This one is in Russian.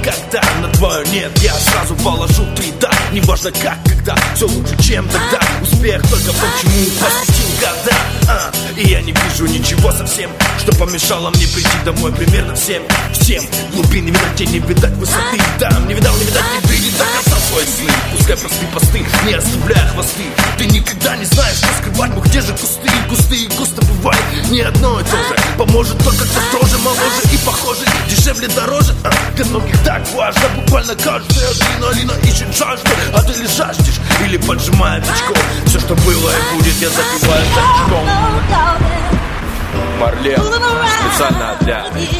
никогда. На твое нет я сразу положу 3 да. Неважно как, когда, все лучше, чем тогда. Успех только в том, чему посвятил года. И я не вижу ничего совсем, что помешало мне прийти домой примерно всем. Глубин не видать, тень не видать, высоты там не видал, не видать, не видит до конца свои сны. Пускай простые посты, не оставляя хвосты. Ты никогда не знаешь, что скрывать, но где же кусты? Кусты и густо бывает не одно и то же. Поможет только кто строже, моложе и похоже. Дешевле, дороже, для многих так важно. Буквально каждый адреналина ищет жажду. А ты ли жаждешь, или поджимает очко? Все, что было и будет, я запиваю точком. Марлен, специально для